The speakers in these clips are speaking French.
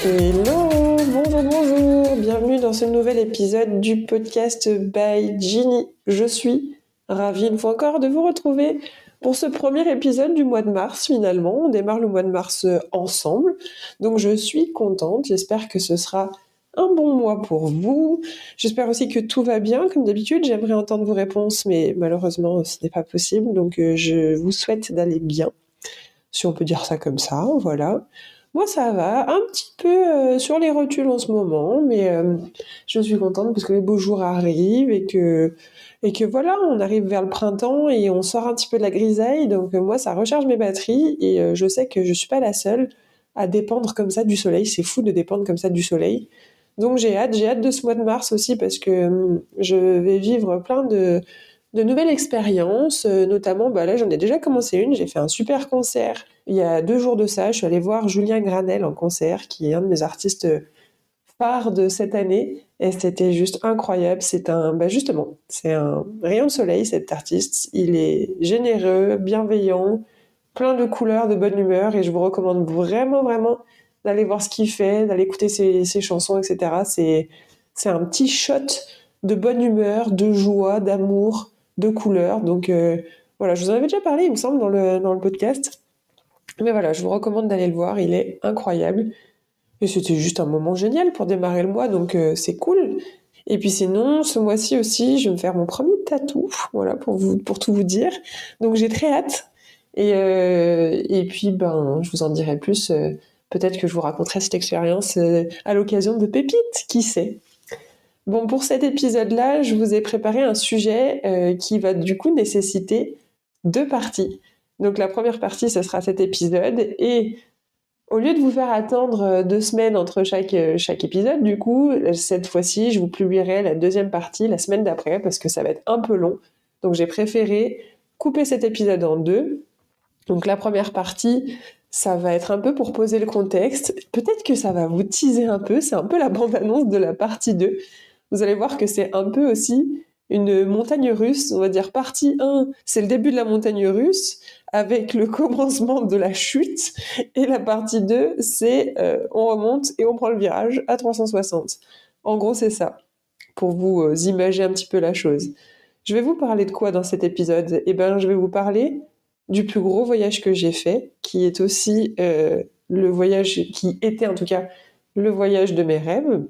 Hello, bonjour, bienvenue dans ce nouvel épisode du podcast by Ginny. Je suis ravie une fois encore de vous retrouver pour ce premier épisode du mois de mars finalement. On démarre le mois de mars ensemble, donc je suis contente, j'espère que ce sera un bon mois pour vous. J'espère aussi que tout va bien, comme d'habitude, j'aimerais entendre vos réponses, mais malheureusement ce n'est pas possible, donc je vous souhaite d'aller bien, si on peut dire ça comme ça, voilà. Moi, ça va, un petit peu sur les rotules en ce moment, mais je suis contente parce que les beaux jours arrivent et que voilà, on arrive vers le printemps et on sort un petit peu de la grisaille. Donc moi, ça recharge mes batteries et je sais que je suis pas la seule à dépendre comme ça du soleil. C'est fou de dépendre comme ça du soleil. Donc j'ai hâte de ce mois de mars aussi parce que je vais vivre plein de nouvelles expériences, notamment, là j'en ai déjà commencé une, j'ai fait un super concert il y a 2 jours de ça, je suis allée voir Julien Granel en concert, qui est un de mes artistes phares de cette année, et c'était juste incroyable, justement, c'est un rayon de soleil cet artiste, il est généreux, bienveillant, plein de couleurs, de bonne humeur, et je vous recommande vraiment d'aller voir ce qu'il fait, d'aller écouter ses chansons, etc. C'est un petit shot de bonne humeur, de joie, d'amour, de couleurs. Donc voilà, je vous en avais déjà parlé, il me semble, dans le podcast. Mais voilà, je vous recommande d'aller le voir, il est incroyable. Et c'était juste un moment génial pour démarrer le mois, donc c'est cool. Et puis sinon, ce mois-ci aussi, je vais me faire mon premier tatou, voilà, pour tout vous dire. Donc j'ai très hâte. Et puis, je vous en dirai plus. Peut-être que je vous raconterai cette expérience à l'occasion de Pépites, qui sait. Bon, pour cet épisode-là, je vous ai préparé un sujet qui va du coup nécessiter 2 parties. Donc la première partie, ce sera cet épisode, et au lieu de vous faire attendre 2 semaines entre chaque épisode, du coup, cette fois-ci, je vous publierai la deuxième partie la semaine d'après, parce que ça va être un peu long. Donc j'ai préféré couper cet épisode en 2. Donc la première partie, ça va être un peu pour poser le contexte. Peut-être que ça va vous teaser un peu, c'est un peu la bande-annonce de la partie 2. Vous allez voir que c'est un peu aussi une montagne russe, on va dire partie 1, c'est le début de la montagne russe, avec le commencement de la chute, et la partie 2, c'est on remonte et on prend le virage à 360. En gros, c'est ça, pour vous imager un petit peu la chose. Je vais vous parler de quoi dans cet épisode ? Je vais vous parler du plus gros voyage que j'ai fait, qui est aussi le voyage, qui était en tout cas le voyage de mes rêves.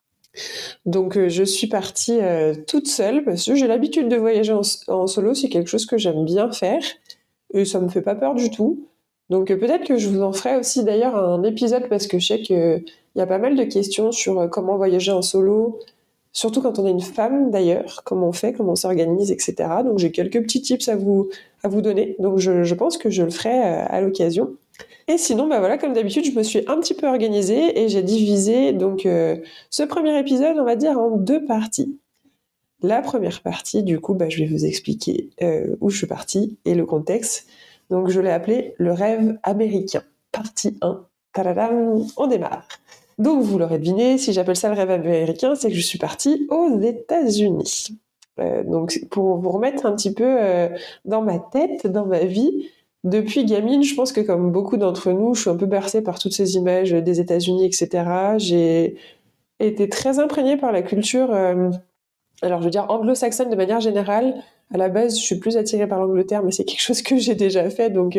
Donc je suis partie toute seule parce que j'ai l'habitude de voyager en solo, c'est quelque chose que j'aime bien faire et ça me fait pas peur du tout. Donc peut-être que je vous en ferai aussi d'ailleurs un épisode parce que je sais qu'il y a pas mal de questions sur comment voyager en solo, surtout quand on est une femme d'ailleurs, comment on fait, comment on s'organise, etc. Donc j'ai quelques petits tips à vous donner, donc je pense que je le ferai à l'occasion. Et sinon, voilà, comme d'habitude, je me suis un petit peu organisée et j'ai divisé donc ce premier épisode, on va dire, en 2 parties. La première partie, du coup, je vais vous expliquer où je suis partie et le contexte. Donc je l'ai appelé le rêve américain, partie 1. Tadadam, on démarre. Donc vous l'aurez deviné, si j'appelle ça le rêve américain, c'est que je suis partie aux États-Unis. Donc pour vous remettre un petit peu dans ma tête, dans ma vie, depuis gamine, je pense que comme beaucoup d'entre nous, je suis un peu bercée par toutes ces images des États-Unis, etc. J'ai été très imprégnée par la culture, alors je veux dire anglo-saxonne de manière générale. À la base, je suis plus attirée par l'Angleterre, mais c'est quelque chose que j'ai déjà fait. Donc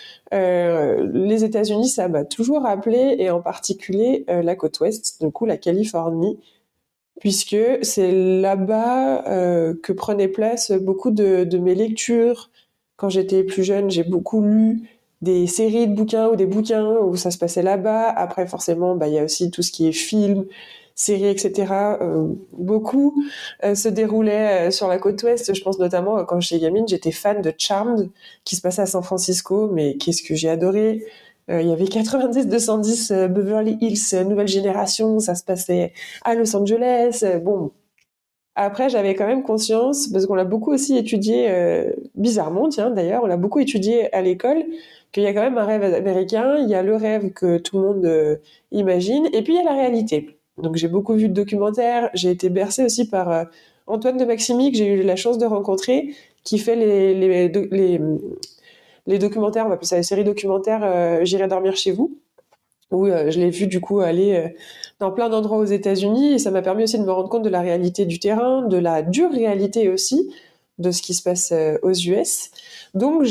les États-Unis, ça m'a toujours rappelé, et en particulier la côte ouest, du coup la Californie, puisque c'est là-bas que prenaient place beaucoup de mes lectures. Quand j'étais plus jeune, j'ai beaucoup lu des séries de bouquins ou des bouquins où ça se passait là-bas. Après, forcément, il y a aussi tout ce qui est film, séries, etc. Beaucoup se déroulait sur la côte ouest. Je pense notamment, quand j'étais gamine, j'étais fan de Charmed, qui se passait à San Francisco, mais qu'est-ce que j'ai adoré. Il y avait 90-210 Beverly Hills, nouvelle génération, ça se passait à Los Angeles. Bon, après, j'avais quand même conscience, parce qu'on l'a beaucoup aussi étudié, bizarrement, tiens, d'ailleurs, on l'a beaucoup étudié à l'école, qu'il y a quand même un rêve américain, il y a le rêve que tout le monde imagine, et puis il y a la réalité. Donc j'ai beaucoup vu de documentaires, j'ai été bercée aussi par Antoine de Maximi, que j'ai eu la chance de rencontrer, qui fait les documentaires, on va appeler ça les séries documentaires J'irai dormir chez vous. où je l'ai vu du coup aller dans plein d'endroits aux États-Unis, et ça m'a permis aussi de me rendre compte de la réalité du terrain, de la dure réalité aussi de ce qui se passe aux US. Donc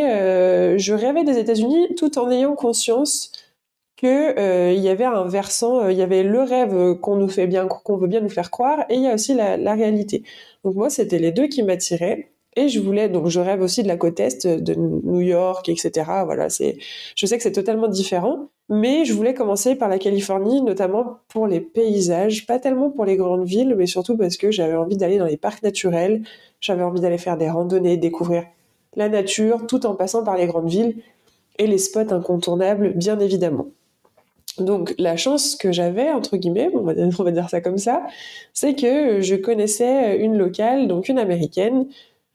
je rêvais des États-Unis tout en ayant conscience que il y avait un versant, il y avait le rêve qu'on nous fait bien, qu'on veut bien nous faire croire, et il y a aussi la réalité. Donc moi, c'était les deux qui m'attiraient. Et donc je rêve aussi de la côte est, de New York, etc. Voilà, je sais que c'est totalement différent, mais je voulais commencer par la Californie, notamment pour les paysages, pas tellement pour les grandes villes, mais surtout parce que j'avais envie d'aller dans les parcs naturels, j'avais envie d'aller faire des randonnées, découvrir la nature, tout en passant par les grandes villes et les spots incontournables, bien évidemment. Donc la chance que j'avais, entre guillemets, on va dire ça comme ça, c'est que je connaissais une locale, donc une américaine,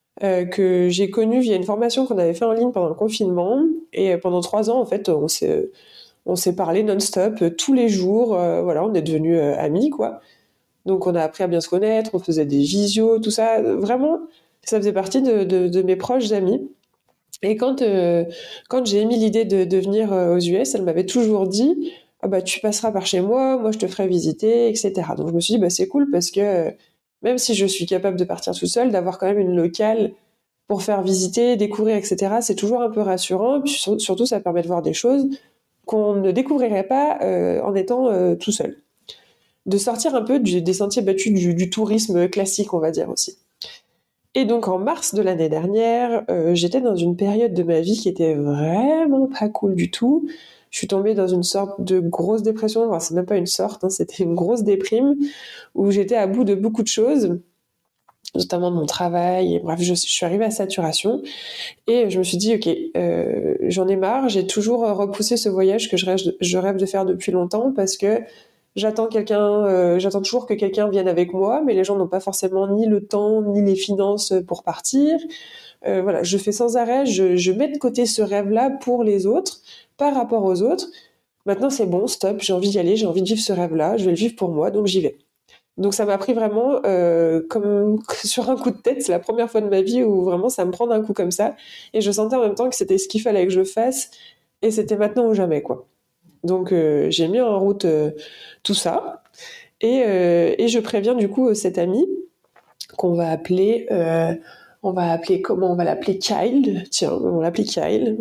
que j'ai connue via une formation qu'on avait fait en ligne pendant le confinement. Et pendant 3 ans, en fait, on s'est parlé non-stop, tous les jours. Voilà, on est devenus amis, quoi. Donc on a appris à bien se connaître, on faisait des visios, tout ça. Vraiment, ça faisait partie de mes proches amis. Et quand j'ai émis l'idée de venir aux US, elle m'avait toujours dit ah bah tu passeras par chez moi je te ferai visiter, etc. Donc je me suis dit bah c'est cool parce que même si je suis capable de partir tout seul, d'avoir quand même une locale pour faire visiter, découvrir, etc. C'est toujours un peu rassurant. Puis surtout ça permet de voir des choses qu'on ne découvrirait pas en étant tout seul. De sortir un peu des sentiers battus du tourisme classique, on va dire aussi. Et donc en mars de l'année dernière, j'étais dans une période de ma vie qui était vraiment pas cool du tout. Je suis tombée dans une sorte de grosse dépression, enfin, c'est même pas une sorte, hein, c'était une grosse déprime, où j'étais à bout de beaucoup de choses, notamment de mon travail, et bref, je suis arrivée à saturation, et je me suis dit, ok, j'en ai marre, j'ai toujours repoussé ce voyage que je rêve de faire depuis longtemps, parce que j'attends toujours que quelqu'un vienne avec moi, mais les gens n'ont pas forcément ni le temps ni les finances pour partir. Voilà, je fais sans arrêt, je mets de côté ce rêve-là pour les autres, par rapport aux autres. Maintenant, c'est bon, stop, j'ai envie d'y aller, j'ai envie de vivre ce rêve-là, je vais le vivre pour moi, donc j'y vais. Donc ça m'a pris vraiment comme sur un coup de tête, c'est la première fois de ma vie où vraiment ça me prend d'un coup comme ça, et je sentais en même temps que c'était ce qu'il fallait que je fasse, et c'était maintenant ou jamais, quoi. Donc j'ai mis en route tout ça, et je préviens du coup cette amie qu'on va appeler, comment on va l'appeler, Kyle. Tiens, on va l'appeler Kyle.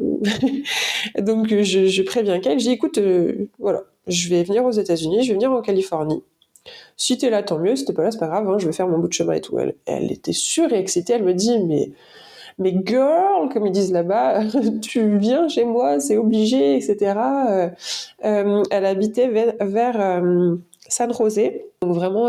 Donc je préviens Kyle, je dis écoute, voilà, je vais venir aux États-Unis, je vais venir en Californie. Si t'es là, tant mieux, si t'es pas là, c'est pas grave, hein, je vais faire mon bout de chemin et tout. Elle était surexcitée, elle me dit mais girl, comme ils disent là-bas, tu viens chez moi, c'est obligé, etc. Elle habitait vers San José, donc vraiment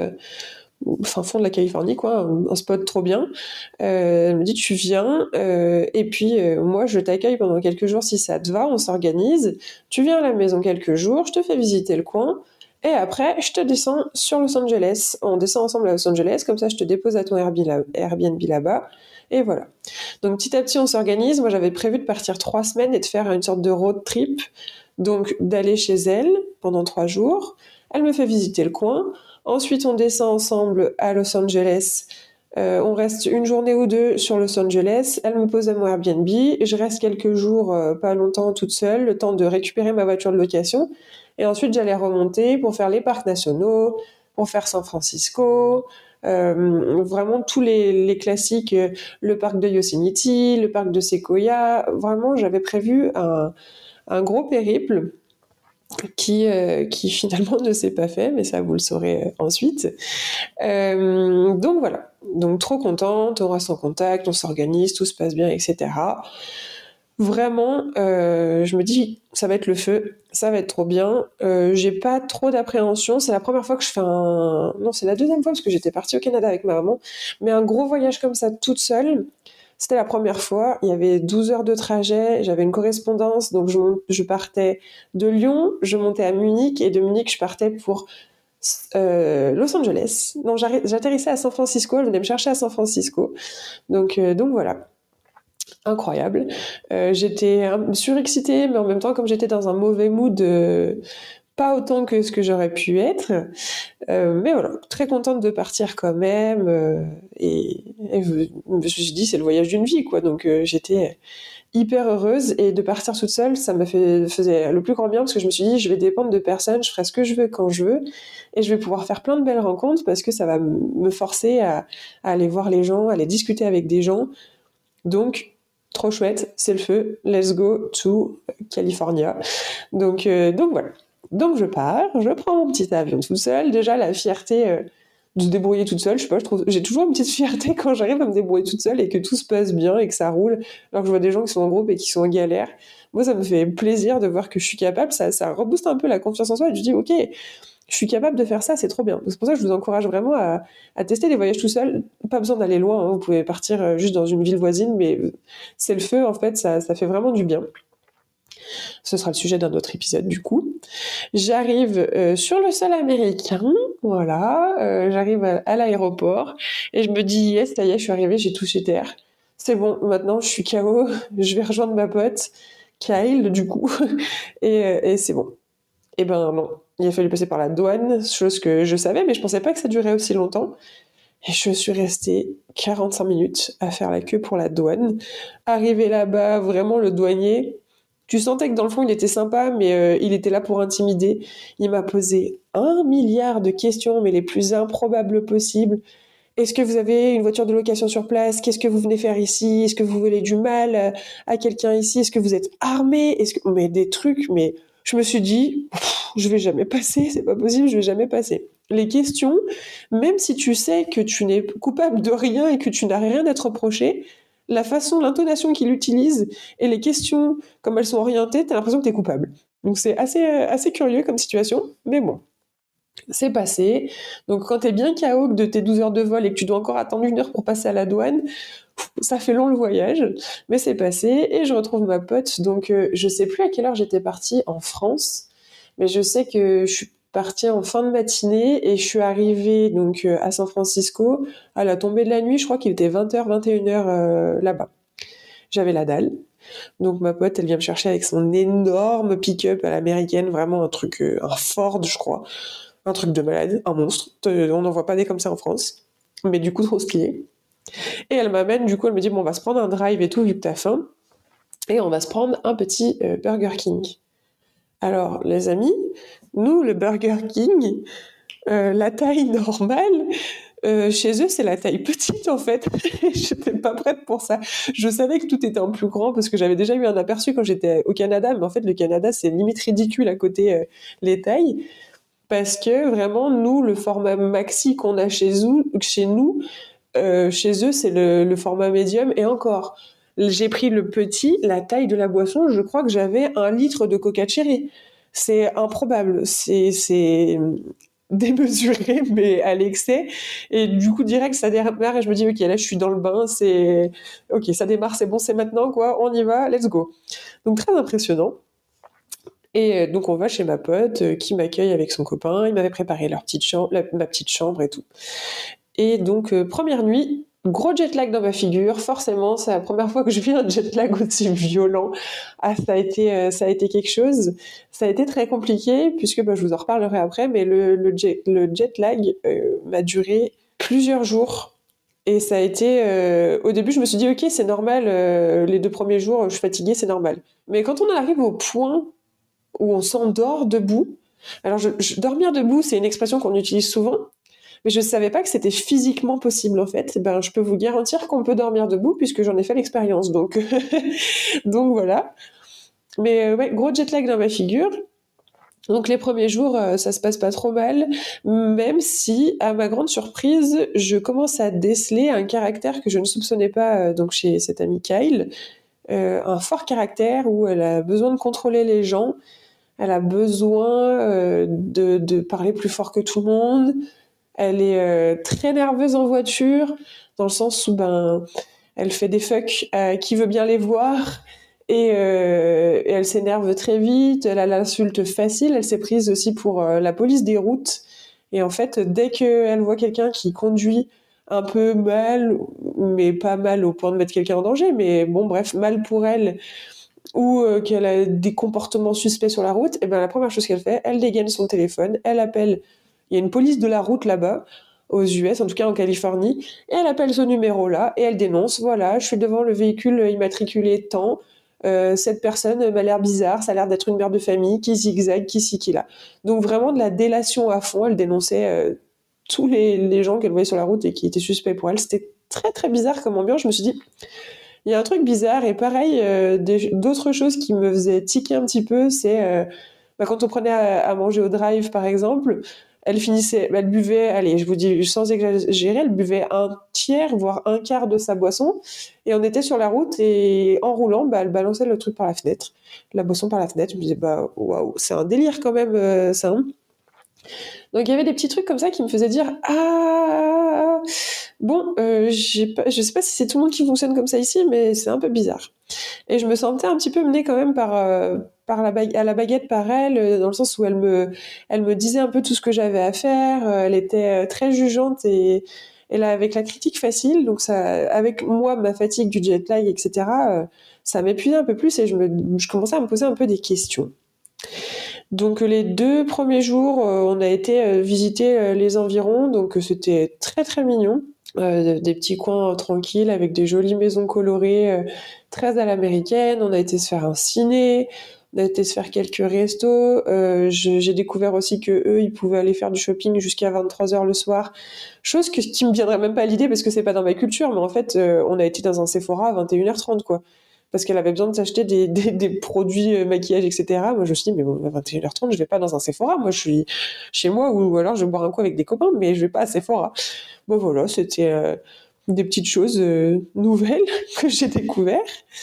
fin fond de la Californie, quoi, un spot trop bien. Elle me dit tu viens, et puis moi je t'accueille pendant quelques jours si ça te va, on s'organise. Tu viens à la maison quelques jours, je te fais visiter le coin. Et après, je te descends sur Los Angeles. On descend ensemble à Los Angeles, comme ça je te dépose à ton Airbnb là-bas. Et voilà. Donc petit à petit, on s'organise. Moi, j'avais prévu de partir 3 semaines et de faire une sorte de road trip. Donc d'aller chez elle pendant 3 jours. Elle me fait visiter le coin. Ensuite, on descend ensemble à Los Angeles. On reste une journée ou deux sur Los Angeles. Elle me pose à mon Airbnb. Je reste quelques jours, pas longtemps, toute seule, le temps de récupérer ma voiture de location. Et ensuite, j'allais remonter pour faire les parcs nationaux, pour faire San Francisco, vraiment tous les classiques, le parc de Yosemite, le parc de Sequoia. Vraiment, j'avais prévu un gros périple qui finalement ne s'est pas fait, mais ça vous le saurez ensuite. Donc voilà, donc trop contente, on reste en contact, on s'organise, tout se passe bien, etc. Vraiment, je me dis ça va être le feu, ça va être trop bien. J'ai pas trop d'appréhension, c'est la première fois que je fais non, c'est la deuxième fois parce que j'étais partie au Canada avec ma maman, mais un gros voyage comme ça toute seule. C'était la première fois, il y avait 12 heures de trajet, j'avais une correspondance, donc je partais de Lyon, je montais à Munich, et de Munich, je partais pour Los Angeles. Non, j'atterrissais à San Francisco, elle venait me chercher à San Francisco. Donc voilà, incroyable. J'étais surexcitée, mais en même temps, comme j'étais dans un mauvais mood, pas autant que ce que j'aurais pu être. Mais voilà, très contente de partir quand même. Et je me suis dit, c'est le voyage d'une vie, quoi. Donc j'étais hyper heureuse, et de partir toute seule, ça me faisait le plus grand bien, parce que je me suis dit, je vais dépendre de personne, je ferai ce que je veux quand je veux, et je vais pouvoir faire plein de belles rencontres, parce que ça va me forcer à aller voir les gens, à aller discuter avec des gens. Donc, trop chouette, c'est le feu, let's go to California. Donc voilà. Donc je pars, je prends mon petit avion toute seule. Déjà, la fierté de se débrouiller toute seule, je sais pas, j'ai toujours une petite fierté quand j'arrive à me débrouiller toute seule et que tout se passe bien et que ça roule, alors que je vois des gens qui sont en groupe et qui sont en galère. Moi, ça me fait plaisir de voir que je suis capable, ça rebooste un peu la confiance en soi, et je dis, ok, je suis capable de faire ça, c'est trop bien. Donc, c'est pour ça que je vous encourage vraiment à tester les voyages tout seul. Pas besoin d'aller loin, hein, vous pouvez partir juste dans une ville voisine, mais c'est le feu, en fait, ça fait vraiment du bien. Ce sera le sujet d'un autre épisode, du coup. J'arrive sur le sol américain, voilà, j'arrive à l'aéroport, et je me dis, yes, ça y est, je suis arrivée, j'ai touché terre. C'est bon, maintenant, je suis KO, je vais rejoindre ma pote, Kyle, du coup, et c'est bon. Eh ben non, il a fallu passer par la douane, chose que je savais, mais je pensais pas que ça durait aussi longtemps. Et je suis restée 45 minutes à faire la queue pour la douane. Arrivé là-bas, vraiment le douanier, tu sentais que dans le fond il était sympa, mais il était là pour intimider. Il m'a posé 1 milliard de questions, mais les plus improbables possibles. Est-ce que vous avez une voiture de location sur place? Qu'est-ce que vous venez faire ici? Est-ce que vous voulez du mal à quelqu'un ici? Est-ce que vous êtes armé? Mais des trucs, mais je me suis dit, je vais jamais passer, c'est pas possible, je vais jamais passer. Les questions, même si tu sais que tu n'es coupable de rien et que tu n'as rien à te reprocher, la façon, l'intonation qu'il utilise et les questions, comme elles sont orientées, t'as l'impression que t'es coupable. Donc c'est assez curieux comme situation, mais bon. C'est passé. Donc quand t'es bien KO de tes 12 heures de vol et que tu dois encore attendre 1 heure pour passer à la douane, ça fait long le voyage, mais c'est passé et je retrouve ma pote. Donc je sais plus à quelle heure j'étais partie en France, mais je sais que je suis partie en fin de matinée et je suis arrivée donc à San Francisco à la tombée de la nuit. Je crois qu'il était 20h, 21h là-bas. J'avais la dalle. Donc ma pote, elle vient me chercher avec son énorme pick-up à l'américaine, vraiment un truc, un Ford, je crois. Un truc de malade, un monstre. On n'en voit pas des comme ça en France. Mais du coup, trop stylé. Et elle m'amène, du coup, elle me dit, bon, on va se prendre un drive et tout, vu que t'as faim. Et on va se prendre un petit Burger King. Alors, les amis, nous, le Burger King, la taille normale, chez eux, c'est la taille petite, en fait. J'étais pas prête pour ça. Je savais que tout était en plus grand parce que j'avais déjà eu un aperçu quand j'étais au Canada. Mais en fait, le Canada, c'est limite ridicule à côté les tailles. Parce que vraiment, nous, le format maxi qu'on a chez nous, chez eux, c'est le format médium. Et encore, j'ai pris le petit, la taille de la boisson, je crois que j'avais 1 litre de Coca Cherry. C'est improbable, c'est démesuré, mais à l'excès. Et du coup, direct, ça démarre et je me dis, ok, là, je suis dans le bain, ok, ça démarre, c'est bon, c'est maintenant, quoi, on y va, let's go. Donc, très impressionnant. Et donc on va chez ma pote qui m'accueille avec son copain. Ils m'avaient préparé leur petite chambre, ma petite chambre et tout. Et donc première nuit, gros jet lag dans ma figure. Forcément, c'est la première fois que je vis un jet lag aussi violent. Ah, ça a été quelque chose. Ça a été très compliqué puisque je vous en reparlerai après. Mais le jet lag m'a duré plusieurs jours. Et ça a été... au début, je me suis dit, ok, c'est normal. Les 2 premiers jours, je suis fatiguée, c'est normal. Mais quand on arrive au point où on s'endort debout. Alors, dormir debout, c'est une expression qu'on utilise souvent, mais je ne savais pas que c'était physiquement possible, en fait. Ben, je peux vous garantir qu'on peut dormir debout, puisque j'en ai fait l'expérience, donc, donc voilà. Mais ouais, gros jet lag dans ma figure. Donc les premiers jours, ça se passe pas trop mal, même si, à ma grande surprise, je commence à déceler un caractère que je ne soupçonnais pas donc chez cette amie Kyle, un fort caractère où elle a besoin de contrôler les gens. Elle a besoin de parler plus fort que tout le monde. Elle est très nerveuse en voiture, dans le sens où elle fait des fucks à qui veut bien les voir. Et elle s'énerve très vite, elle a l'insulte facile, elle s'est prise aussi pour la police des routes. Et en fait, dès qu'elle voit quelqu'un qui conduit un peu mal, mais pas mal au point de mettre quelqu'un en danger, mais bon, bref, mal pour elle, ou qu'elle a des comportements suspects sur la route, et ben la première chose qu'elle fait, elle dégaine son téléphone, elle appelle, il y a une police de la route là-bas, aux US, en tout cas en Californie, et elle appelle ce numéro-là, et elle dénonce, voilà, je suis devant le véhicule immatriculé tant, cette personne m'a l'air bizarre, ça a l'air d'être une mère de famille qui zigzague, qui ci, qui là. Donc vraiment de la délation à fond, elle dénonçait tous les gens qu'elle voyait sur la route et qui étaient suspects pour elle. C'était très très bizarre comme ambiance. Je me suis dit, il y a un truc bizarre. Et pareil, d'autres choses qui me faisaient tiquer un petit peu, c'est quand on prenait à manger au drive par exemple, elle buvait, allez, je vous dis sans exagérer, elle buvait un tiers, voire un quart de sa boisson, et on était sur la route, et en roulant, elle balançait le truc par la fenêtre, la boisson par la fenêtre. Je me disais, waouh, c'est un délire quand même, ça, hein. Donc il y avait des petits trucs comme ça qui me faisaient dire, ah, bon, je sais pas si c'est tout le monde qui fonctionne comme ça ici, mais c'est un peu bizarre. Et je me sentais un petit peu menée quand même à la baguette par elle, dans le sens où elle me disait un peu tout ce que j'avais à faire. Elle était très jugeante et là, avec la critique facile, donc ça, avec moi, ma fatigue du jet lag, etc., ça m'épuisait un peu plus et je commençais à me poser un peu des questions. Donc les 2 premiers jours, on a été visiter les environs, donc c'était très très mignon. Des petits coins tranquilles avec des jolies maisons colorées, très à l'américaine. On a été se faire un ciné, on a été se faire quelques restos. J'ai découvert aussi que eux, ils pouvaient aller faire du shopping jusqu'à 23h le soir, chose qui me viendrait même pas à l'idée parce que c'est pas dans ma culture. Mais en fait, on a été dans un Sephora à 21h30, quoi. Parce qu'elle avait besoin de s'acheter des produits maquillage, etc. Moi, je me suis dit, mais bon, à 21h30, je vais pas dans un Sephora. Moi, je suis chez moi ou alors je vais boire un coup avec des copains, mais je vais pas à Sephora. Bon, voilà, c'était des petites choses nouvelles que j'ai découvert.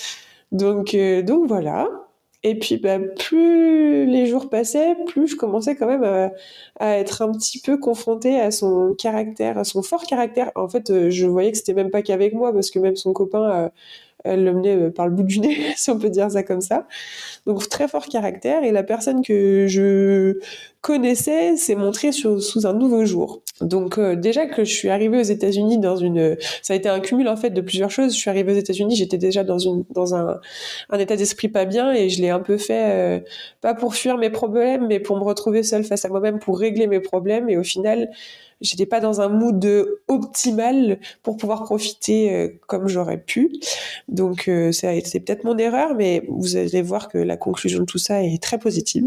Donc voilà. Et puis, plus les jours passaient, plus je commençais quand même à être un petit peu confrontée à son caractère, à son fort caractère. En fait, je voyais que c'était même pas qu'avec moi, parce que même son copain, elle le menait par le bout du nez, si on peut dire ça comme ça. Donc très fort caractère, et la personne que je connaissais s'est montrée sous un nouveau jour. Donc déjà que je suis arrivée aux États-Unis ça a été un cumul en fait de plusieurs choses. Je suis arrivée aux États-Unis, j'étais déjà dans un état d'esprit pas bien, et je l'ai un peu fait pas pour fuir mes problèmes, mais pour me retrouver seule face à moi-même, pour régler mes problèmes. Et au final, j'étais pas dans un mood optimal pour pouvoir profiter comme j'aurais pu. Donc ça a été peut-être mon erreur, mais vous allez voir que la conclusion de tout ça est très positive.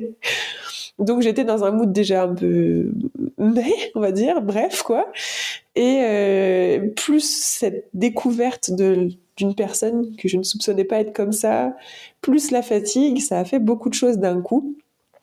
Donc j'étais dans un mood déjà un peu on va dire, bref quoi. Et plus cette découverte d'une personne que je ne soupçonnais pas être comme ça, plus la fatigue, ça a fait beaucoup de choses d'un coup.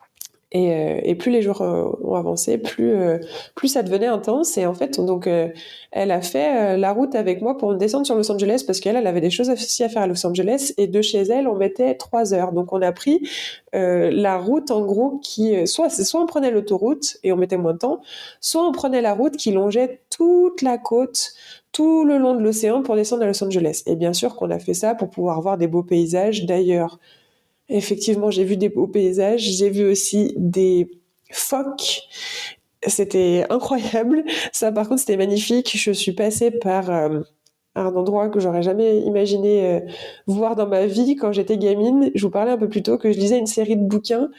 Et plus les jours ont avancé, plus ça devenait intense. Et en fait, donc, elle a fait la route avec moi pour descendre sur Los Angeles, parce qu'elle avait des choses aussi à faire à Los Angeles. Et de chez elle, on mettait 3 heures. Donc, on a pris la route, en gros, soit on prenait l'autoroute et on mettait moins de temps, soit on prenait la route qui longeait toute la côte, tout le long de l'océan, pour descendre à Los Angeles. Et bien sûr qu'on a fait ça pour pouvoir voir des beaux paysages. D'ailleurs, effectivement, j'ai vu des beaux paysages. J'ai vu aussi des phoques. C'était incroyable. Ça, par contre, c'était magnifique. Je suis passée par un endroit que j'aurais jamais imaginé voir dans ma vie quand j'étais gamine. Je vous parlais un peu plus tôt que je lisais une série de bouquins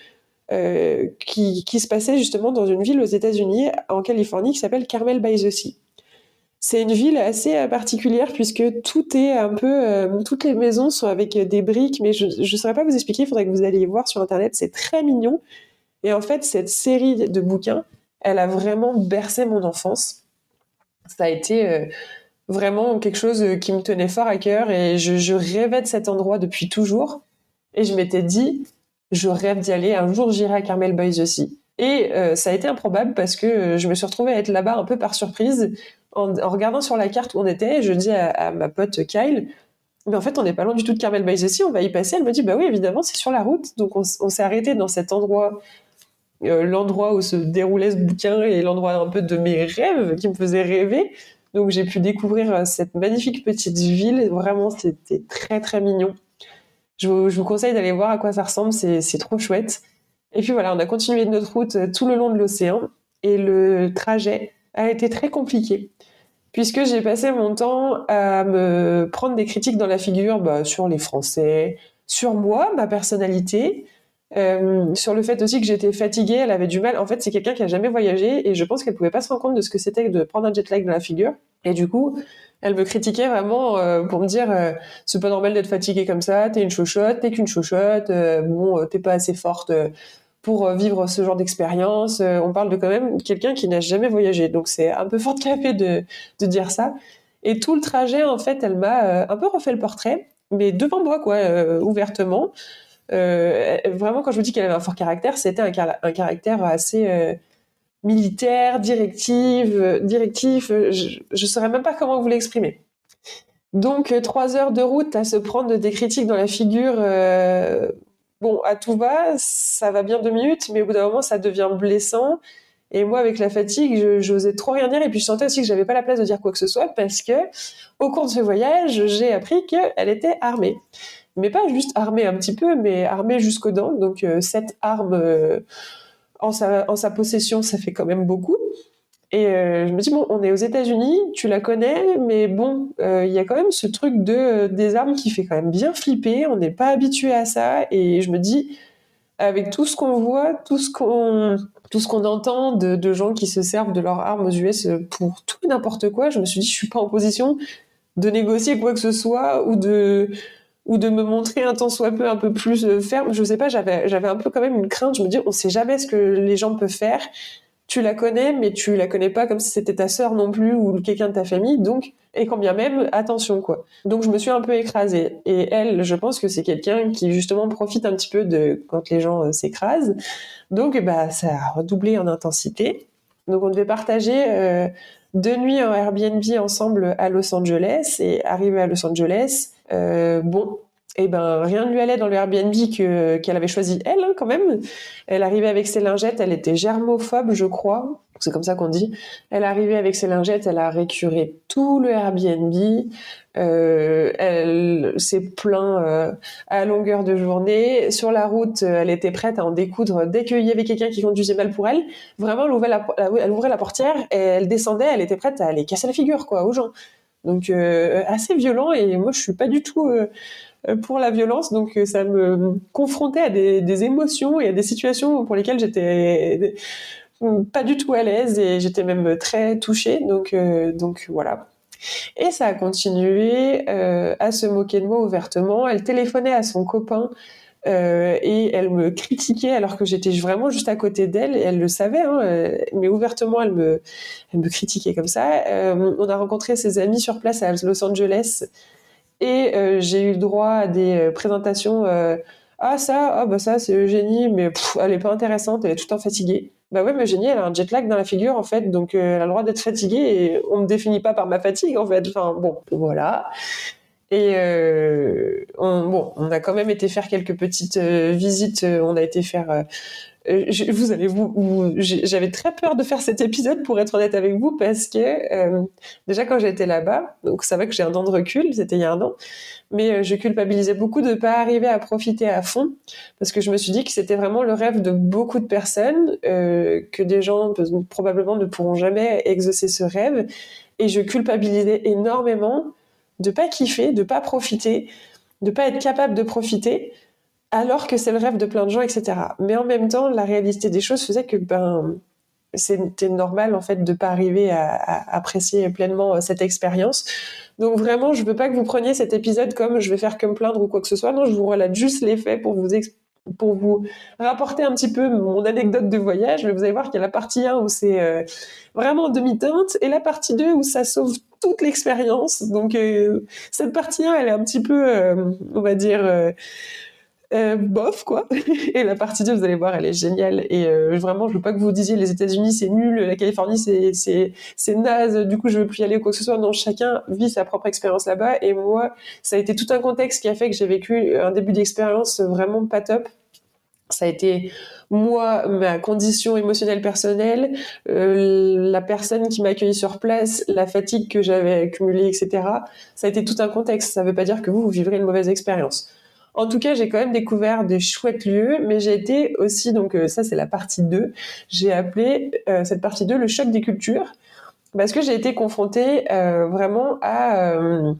qui se passait justement dans une ville aux États-Unis, en Californie, qui s'appelle Carmel by the Sea. C'est une ville assez particulière, puisque tout est un peu, toutes les maisons sont avec des briques, mais je ne saurais pas vous expliquer, il faudrait que vous alliez voir sur internet, c'est très mignon. Et en fait, cette série de bouquins, elle a vraiment bercé mon enfance. Ça a été vraiment quelque chose qui me tenait fort à cœur, et je rêvais de cet endroit depuis toujours. Et je m'étais dit, je rêve d'y aller, un jour j'irai à Carmel by the Sea. Et ça a été improbable, parce que je me suis retrouvée à être là-bas un peu par surprise, en regardant sur la carte où on était. Je dis à ma pote Kyle, mais en fait on n'est pas loin du tout de Carmel by the Sea, on va y passer. Elle me dit, bah oui évidemment, c'est sur la route. Donc on s'est arrêté dans cet endroit, l'endroit où se déroulait ce bouquin, et l'endroit un peu de mes rêves, qui me faisait rêver. Donc j'ai pu découvrir cette magnifique petite ville. Vraiment, c'était très très mignon. Je vous conseille d'aller voir à quoi ça ressemble, c'est trop chouette. Et puis voilà, on a continué notre route tout le long de l'océan, et le trajet a été très compliqué, puisque j'ai passé mon temps à me prendre des critiques dans la figure, sur les Français, sur moi, ma personnalité, sur le fait aussi que j'étais fatiguée. Elle avait du mal. En fait, c'est quelqu'un qui a jamais voyagé, et je pense qu'elle pouvait pas se rendre compte de ce que c'était de prendre un jet lag dans la figure. Et du coup, elle me critiquait vraiment pour me dire c'est pas normal d'être fatiguée comme ça, t'es une chochotte, t'es qu'une chochotte, t'es pas assez forte pour vivre ce genre d'expérience. On parle de quand même quelqu'un qui n'a jamais voyagé, donc c'est un peu fort de café de dire ça. Et tout le trajet, en fait, elle m'a un peu refait le portrait, mais devant moi, quoi, ouvertement. Vraiment, quand je vous dis qu'elle avait un fort caractère, c'était un caractère assez militaire, directif. Je saurais même pas comment vous l'exprimer. Donc, 3 heures de route à se prendre des critiques dans la figure. Bon, à tout va, ça va bien 2 minutes, mais au bout d'un moment, ça devient blessant. Et moi, avec la fatigue, j'osais trop rien dire. Et puis, je sentais aussi que j'avais pas la place de dire quoi que ce soit parce que, au cours de ce voyage, j'ai appris qu'elle était armée. Mais pas juste armée un petit peu, mais armée jusqu'aux dents. Donc, 7 armes en sa possession, ça fait quand même beaucoup. Et je me dis, bon, on est aux États-Unis, tu la connais, mais bon, il y a quand même ce truc des armes qui fait quand même bien flipper. On n'est pas habitué à ça. Et je me dis, avec tout ce qu'on voit, tout ce qu'on entend de gens qui se servent de leurs armes aux US pour tout et n'importe quoi, je me suis dit, je suis pas en position de négocier quoi que ce soit ou de me montrer un tant soit peu un peu plus ferme. Je sais pas, j'avais un peu quand même une crainte. Je me dis, on sait jamais ce que les gens peuvent faire. Tu la connais, mais tu la connais pas comme si c'était ta sœur non plus ou quelqu'un de ta famille. Donc, et quand bien même, attention quoi. Donc, je me suis un peu écrasée. Et elle, je pense que c'est quelqu'un qui justement profite un petit peu de quand les gens s'écrasent. Donc, bah, ça a redoublé en intensité. Donc, on devait partager 2 nuits en Airbnb ensemble à Los Angeles. Et arrivé à Los Angeles, bon, et ben rien ne lui allait dans le Airbnb qu'elle avait choisi elle quand même. Elle arrivait avec ses lingettes, elle était germophobe je crois, c'est comme ça qu'on dit. Elle arrivait avec ses lingettes, elle a récuré tout le Airbnb. Elle s'est plaint à longueur de journée. Sur la route, elle était prête à en découdre dès qu'il y avait quelqu'un qui conduisait mal pour elle. Vraiment, elle ouvrait la portière et elle descendait, elle était prête à aller casser la figure quoi aux gens. Donc assez violent et moi je suis pas du tout pour la violence, donc ça me confrontait à des émotions et à des situations pour lesquelles j'étais pas du tout à l'aise et j'étais même très touchée, donc voilà. Et ça a continué à se moquer de moi ouvertement. Elle téléphonait à son copain et elle me critiquait alors que j'étais vraiment juste à côté d'elle et elle le savait, hein, mais ouvertement elle me critiquait comme ça. On a rencontré ses amis sur place à Los Angeles et j'ai eu le droit à des présentations. Ça, c'est Eugénie, mais elle est pas intéressante, elle est tout le temps fatiguée. Bah ouais, mais Eugénie, elle a un jet lag dans la figure, en fait, donc elle a le droit d'être fatiguée et on me définit pas par ma fatigue, en fait. Enfin, bon, voilà. Et on a quand même été faire quelques petites visites. On a été faire j'avais très peur de faire cet épisode pour être honnête avec vous parce que déjà quand j'étais là-bas, donc ça va que j'ai un an de recul, c'était il y a un an, mais je culpabilisais beaucoup de ne pas arriver à profiter à fond parce que je me suis dit que c'était vraiment le rêve de beaucoup de personnes, que des gens probablement ne pourront jamais exaucer ce rêve et je culpabilisais énormément de pas kiffer, de pas profiter, de pas être capable de profiter alors que c'est le rêve de plein de gens, etc. Mais en même temps, la réalité des choses faisait que c'était normal en fait de pas arriver à apprécier pleinement cette expérience. Donc vraiment, je veux pas que vous preniez cet épisode comme je vais faire que me plaindre ou quoi que ce soit. Non, je vous relate juste les faits pour vous rapporter un petit peu mon anecdote de voyage. Mais vous allez voir qu'il y a la partie 1 où c'est vraiment en demi-teinte et la partie 2 où ça sauve toute l'expérience. Donc cette partie 1, elle est un petit peu, on va dire bof quoi. Et la partie 2, vous allez voir, elle est géniale et vraiment je veux pas que vous disiez les États-Unis c'est nul, la Californie c'est naze, du coup je veux plus y aller ou quoi que ce soit. Non, chacun vit sa propre expérience là-bas et moi ça a été tout un contexte qui a fait que j'ai vécu un début d'expérience vraiment pas top. Ça a été moi, ma condition émotionnelle personnelle, la personne qui m'a accueilli sur place, la fatigue que j'avais accumulée, etc. Ça a été tout un contexte. Ça veut pas dire que vous vivrez une mauvaise expérience. En tout cas, j'ai quand même découvert des chouettes lieux, mais j'ai été aussi, donc ça c'est la partie 2, j'ai appelé cette partie 2 le choc des cultures. Parce que j'ai été confrontée vraiment à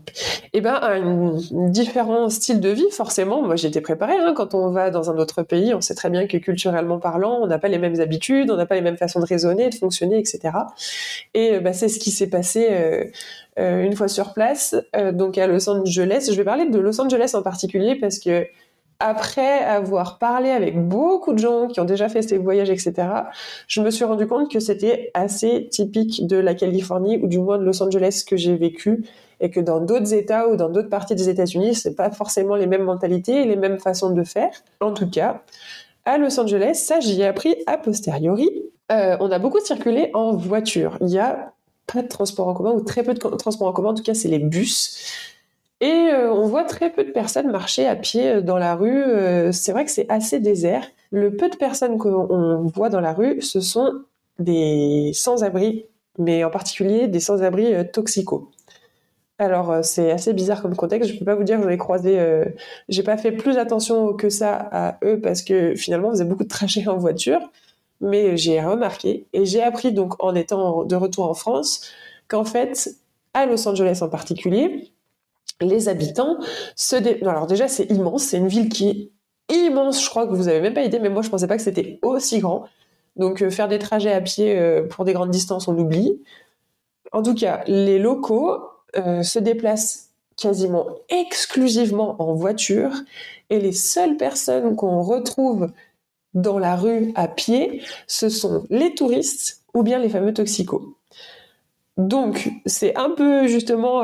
un différent style de vie, forcément. Moi, j'ai été préparée. Quand on va dans un autre pays, on sait très bien que culturellement parlant, on n'a pas les mêmes habitudes, on n'a pas les mêmes façons de raisonner, de fonctionner, etc. Et c'est ce qui s'est passé une fois sur place, donc à Los Angeles. Je vais parler de Los Angeles en particulier parce que après avoir parlé avec beaucoup de gens qui ont déjà fait ces voyages, etc., je me suis rendu compte que c'était assez typique de la Californie, ou du moins de Los Angeles que j'ai vécu, et que dans d'autres États ou dans d'autres parties des États-Unis, c'est pas forcément les mêmes mentalités et les mêmes façons de faire. En tout cas, à Los Angeles, ça j'y ai appris a posteriori. On a beaucoup circulé en voiture. Il y a pas de transport en commun, ou très peu de transport en commun, en tout cas c'est les bus. Et on voit très peu de personnes marcher à pied dans la rue. C'est vrai que c'est assez désert. Le peu de personnes qu'on voit dans la rue, ce sont des sans-abri, mais en particulier des sans-abri toxicaux. Alors c'est assez bizarre comme contexte. Je peux pas vous dire que j'en ai croisé. J'ai pas fait plus attention que ça à eux parce que finalement on faisait beaucoup de trajets en voiture. Mais j'ai remarqué et j'ai appris donc en étant de retour en France qu'en fait à Los Angeles en particulier, les habitants alors déjà c'est immense, c'est une ville qui est immense, je crois que vous avez même pas idée, mais moi je pensais pas que c'était aussi grand. Donc faire des trajets à pied pour des grandes distances, on oublie. En tout cas, les locaux se déplacent quasiment exclusivement en voiture, et les seules personnes qu'on retrouve dans la rue à pied, ce sont les touristes ou bien les fameux toxicos. Donc c'est un peu justement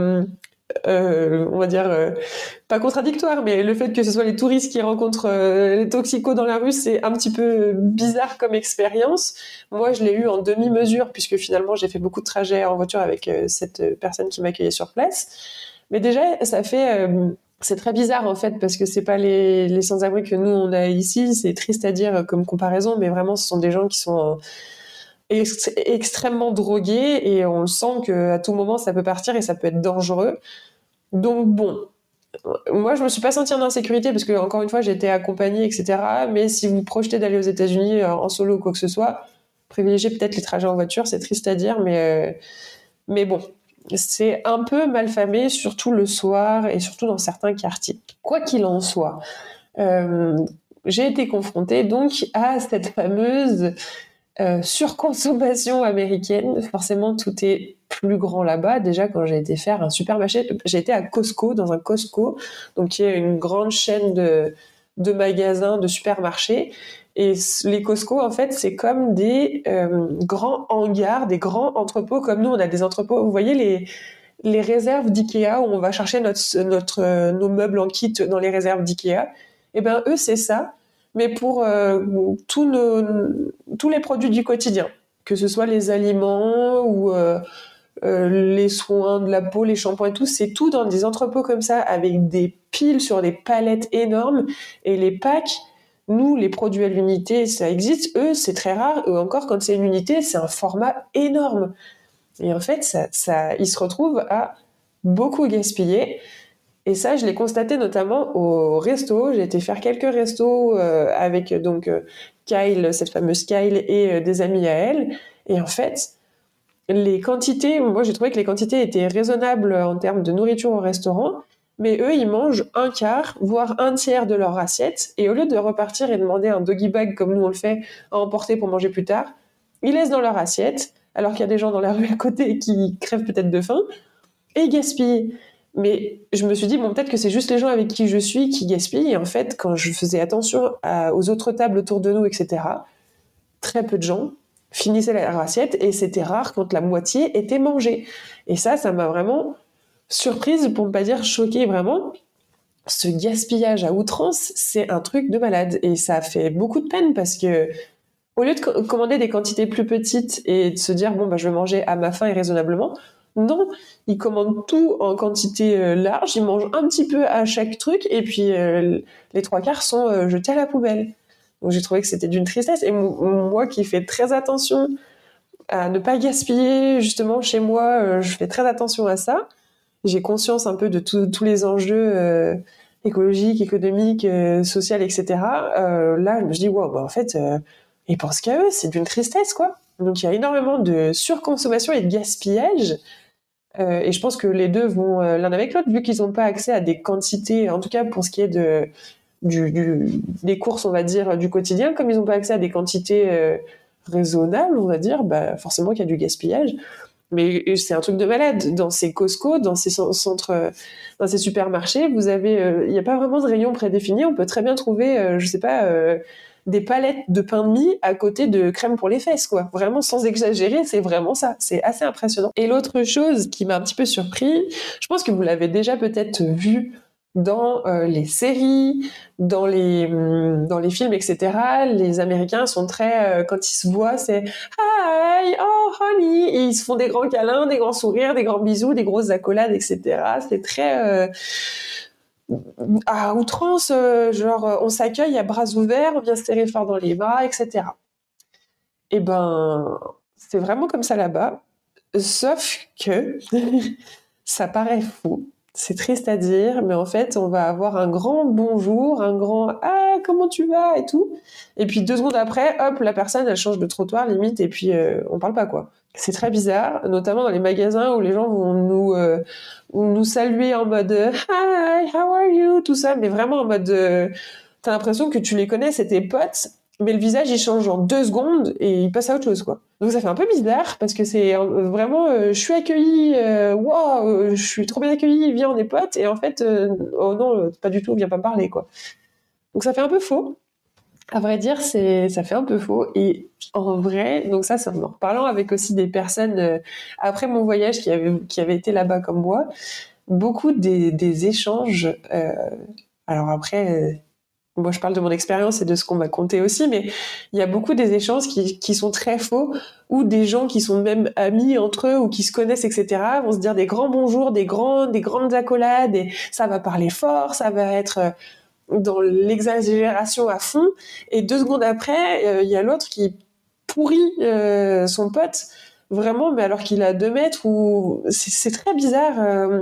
on va dire, pas contradictoire, mais le fait que ce soit les touristes qui rencontrent les toxicos dans la rue, c'est un petit peu bizarre comme expérience. Moi, je l'ai eu en demi-mesure, puisque finalement, j'ai fait beaucoup de trajets en voiture avec cette personne qui m'accueillait sur place. Mais déjà, ça fait... c'est très bizarre, en fait, parce que c'est pas les sans-abri que nous, on a ici. C'est triste à dire comme comparaison, mais vraiment, ce sont des gens qui sont... extrêmement drogués, et on sent qu'à tout moment ça peut partir et ça peut être dangereux. Donc bon, moi je me suis pas sentie en insécurité parce que encore une fois j'ai été accompagnée, etc. Mais si vous projetez d'aller aux États-Unis en solo ou quoi que ce soit, privilégiez peut-être les trajets en voiture. C'est triste à dire, mais bon, c'est un peu malfamé, surtout le soir et surtout dans certains quartiers. Quoi qu'il en soit, j'ai été confrontée donc à cette fameuse surconsommation américaine. Forcément, tout est plus grand là-bas. Déjà, quand j'ai été faire un supermarché, j'ai été à Costco, dans un Costco, donc qui est une grande chaîne de magasins, de supermarchés. Et les Costco, en fait, c'est comme des grands hangars, des grands entrepôts, comme nous, on a des entrepôts. Vous voyez les réserves d'Ikea, où on va chercher nos meubles en kit dans les réserves d'Ikea. Eh ben, eux, c'est ça, mais pour tous les produits du quotidien, que ce soit les aliments ou les soins de la peau, les shampoings et tout, c'est tout dans des entrepôts comme ça, avec des piles sur des palettes énormes, et les packs, nous, les produits à l'unité, ça existe, eux, c'est très rare, et encore quand c'est une unité, c'est un format énorme. Et en fait, ils se retrouvent à beaucoup gaspiller. Et ça, je l'ai constaté notamment au resto. J'ai été faire quelques restos avec donc Kyle, cette fameuse Kyle, et des amis à elle. Et en fait, les quantités, moi j'ai trouvé que les quantités étaient raisonnables en termes de nourriture au restaurant, mais eux, ils mangent un quart, voire un tiers de leur assiette. Et au lieu de repartir et demander un doggy bag comme nous on le fait, à emporter pour manger plus tard, ils laissent dans leur assiette, alors qu'il y a des gens dans la rue à côté qui crèvent peut-être de faim, et ils gaspillent. Mais je me suis dit, bon, peut-être que c'est juste les gens avec qui je suis qui gaspillent. Et en fait, quand je faisais attention aux autres tables autour de nous, etc., très peu de gens finissaient leur assiette, et c'était rare quand la moitié était mangée. Et ça m'a vraiment surprise, pour ne pas dire choquée, vraiment. Ce gaspillage à outrance, c'est un truc de malade. Et ça fait beaucoup de peine parce que, au lieu de commander des quantités plus petites et de se dire, bon, bah, je vais manger à ma faim et raisonnablement, non, ils commandent tout en quantité large, ils mangent un petit peu à chaque truc, et puis les trois quarts sont jetés à la poubelle. Donc j'ai trouvé que c'était d'une tristesse. Et moi qui fais très attention à ne pas gaspiller, justement chez moi, je fais très attention à ça. J'ai conscience un peu de tous les enjeux écologiques, économiques, sociaux, etc. Là, je me dis, wow, bah, en fait, ils pensent qu'à eux, c'est d'une tristesse, quoi. Donc il y a énormément de surconsommation et de gaspillage. Et je pense que les deux vont l'un avec l'autre, vu qu'ils n'ont pas accès à des quantités, en tout cas pour ce qui est des courses, on va dire, du quotidien, comme ils n'ont pas accès à des quantités raisonnables, on va dire, bah forcément qu'il y a du gaspillage. Mais c'est un truc de malade. Dans ces Costco, dans ces centres, dans ces supermarchés, il n'y a pas vraiment de rayon prédéfini. On peut très bien trouver, je sais pas, des palettes de pain de mie à côté de crème pour les fesses, quoi. Vraiment, sans exagérer, c'est vraiment ça. C'est assez impressionnant. Et l'autre chose qui m'a un petit peu surpris, je pense que vous l'avez déjà peut-être vu dans les séries, dans les films, etc. Les Américains sont très, quand ils se voient, c'est Hi, oh honey, et ils se font des grands câlins, des grands sourires, des grands bisous, des grosses accolades, etc. C'est très à outrance, genre on s'accueille à bras ouverts, on vient se serrer fort dans les bras, etc. Et ben, c'est vraiment comme ça là-bas, sauf que ça paraît faux. C'est triste à dire, mais en fait, on va avoir un grand bonjour, un grand ah comment tu vas et tout, et puis 2 secondes après, hop, la personne elle change de trottoir limite, et puis on parle pas quoi. C'est très bizarre, notamment dans les magasins où les gens vont nous saluer en mode hi, how are you, tout ça, mais vraiment en mode t'as l'impression que tu les connais, c'est tes potes, mais le visage il change en 2 secondes et il passe à autre chose quoi. Donc ça fait un peu bizarre parce que c'est vraiment je suis accueillie, wow, je suis trop bien accueillie, viens on est potes, et en fait oh non pas du tout, viens pas me parler quoi. Donc ça fait un peu faux. À vrai dire, ça fait un peu faux. Et en vrai, donc ça, c'est en reparlant avec aussi des personnes après mon voyage qui avaient été là-bas comme moi, beaucoup des échanges. Alors après, moi je parle de mon expérience et de ce qu'on m'a conté aussi, mais il y a beaucoup des échanges qui sont très faux, ou des gens qui sont même amis entre eux ou qui se connaissent, etc. vont se dire des grands bonjours, des grandes accolades, et ça va parler fort, ça va être dans l'exagération à fond, et 2 secondes après, il y a l'autre qui pourrit son pote, vraiment, mais alors qu'il a 2 mètres, ou c'est très bizarre.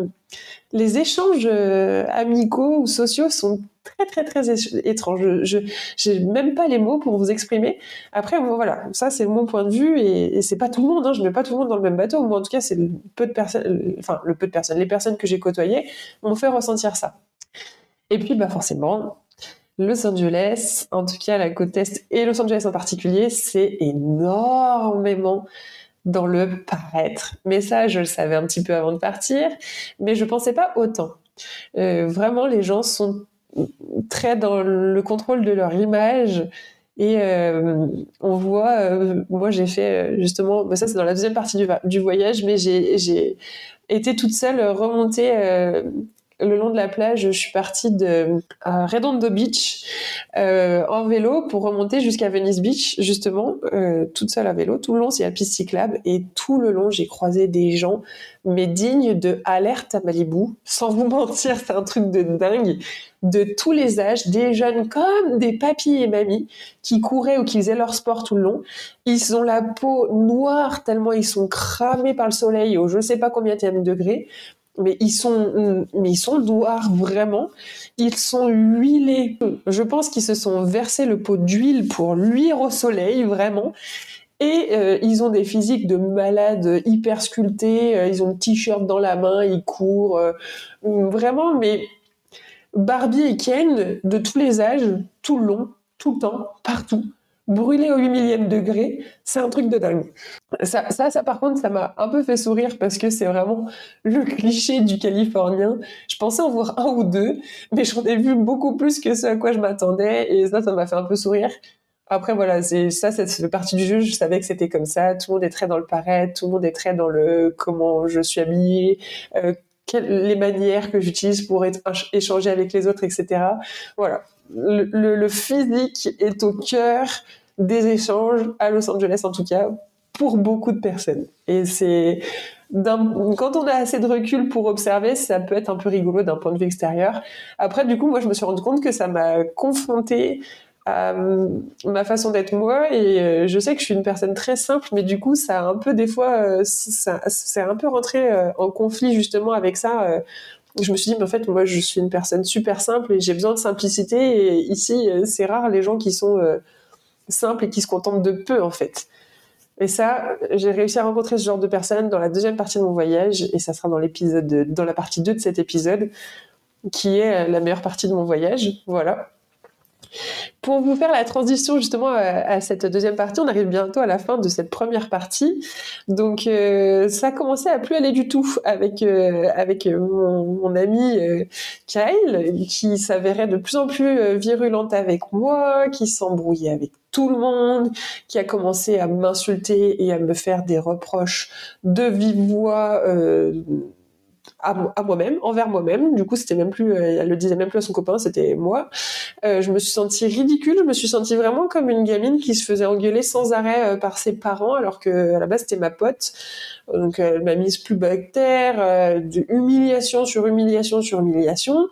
Les échanges amicaux ou sociaux sont très très très étranges. J'ai même pas les mots pour vous exprimer. Après, bon, voilà, ça c'est mon point de vue, et c'est pas tout le monde, hein, je mets pas tout le monde dans le même bateau. Moi, en tout cas, c'est le peu de personnes, les personnes que j'ai côtoyées m'ont fait ressentir ça. Et puis, bah forcément, Los Angeles, en tout cas la côte Est, et Los Angeles en particulier, c'est énormément dans le paraître. Mais ça, je le savais un petit peu avant de partir, mais je pensais pas autant. Vraiment, les gens sont très dans le contrôle de leur image, et on voit, moi j'ai fait justement, ça c'est dans la deuxième partie du voyage, mais j'ai été toute seule remonter le long de la plage. Je suis partie de Redondo Beach en vélo pour remonter jusqu'à Venice Beach, justement, toute seule à vélo. Tout le long, c'est la piste cyclable, et tout le long, j'ai croisé des gens, mais dignes de Alerte à Malibu. Sans vous mentir, c'est un truc de dingue. De tous les âges, des jeunes comme des papis et mamies qui couraient ou qui faisaient leur sport tout le long. Ils ont la peau noire tellement ils sont cramés par le soleil au je sais pas combien de degrés. Mais ils sont noirs vraiment. Ils sont huilés. Je pense qu'ils se sont versés le pot d'huile pour luire au soleil, vraiment. Et ils ont des physiques de malades hyper sculptés. Ils ont le t-shirt dans la main, ils courent. Vraiment, mais Barbie et Ken, de tous les âges, tout le long, tout le temps, partout. Brûlés au 8 millième degré, c'est un truc de dingue. Ça, par contre, ça m'a un peu fait sourire parce que c'est vraiment le cliché du Californien. Je pensais en voir un ou deux, mais j'en ai vu beaucoup plus que ce à quoi je m'attendais, et ça m'a fait un peu sourire. Après, voilà, ça fait partie du jeu. Je savais que c'était comme ça. Tout le monde est très dans le paraître, tout le monde est très dans le comment je suis habillée, les manières que j'utilise pour échanger avec les autres, etc. Voilà. Le physique est au cœur des échanges à Los Angeles, en tout cas, pour beaucoup de personnes. Et quand on a assez de recul pour observer, ça peut être un peu rigolo d'un point de vue extérieur. Après, du coup, moi, je me suis rendu compte que ça m'a confrontée à ma façon d'être moi, et je sais que je suis une personne très simple, mais du coup, ça a un peu, des fois, c'est un peu rentré en conflit justement avec ça. Je me suis dit, mais en fait, moi, je suis une personne super simple et j'ai besoin de simplicité. Et ici, c'est rare les gens qui sont simples et qui se contentent de peu, en fait. Et ça, j'ai réussi à rencontrer ce genre de personnes dans la deuxième partie de mon voyage, et ça sera dans la partie 2 de cet épisode, qui est la meilleure partie de mon voyage. Voilà. Pour vous faire la transition justement à cette deuxième partie, on arrive bientôt à la fin de cette première partie. Donc ça commençait à plus aller du tout avec mon ami Kyle, qui s'avérait de plus en plus virulente avec moi, qui s'embrouillait avec tout le monde, qui a commencé à m'insulter et à me faire des reproches de vive voix à moi-même, envers moi-même. Du coup, c'était même plus, elle le disait même plus à son copain, c'était moi. Je me suis sentie ridicule, je me suis sentie vraiment comme une gamine qui se faisait engueuler sans arrêt par ses parents, alors que à la base c'était ma pote. Donc elle m'a mise plus bas que terre, de humiliation sur humiliation sur humiliation.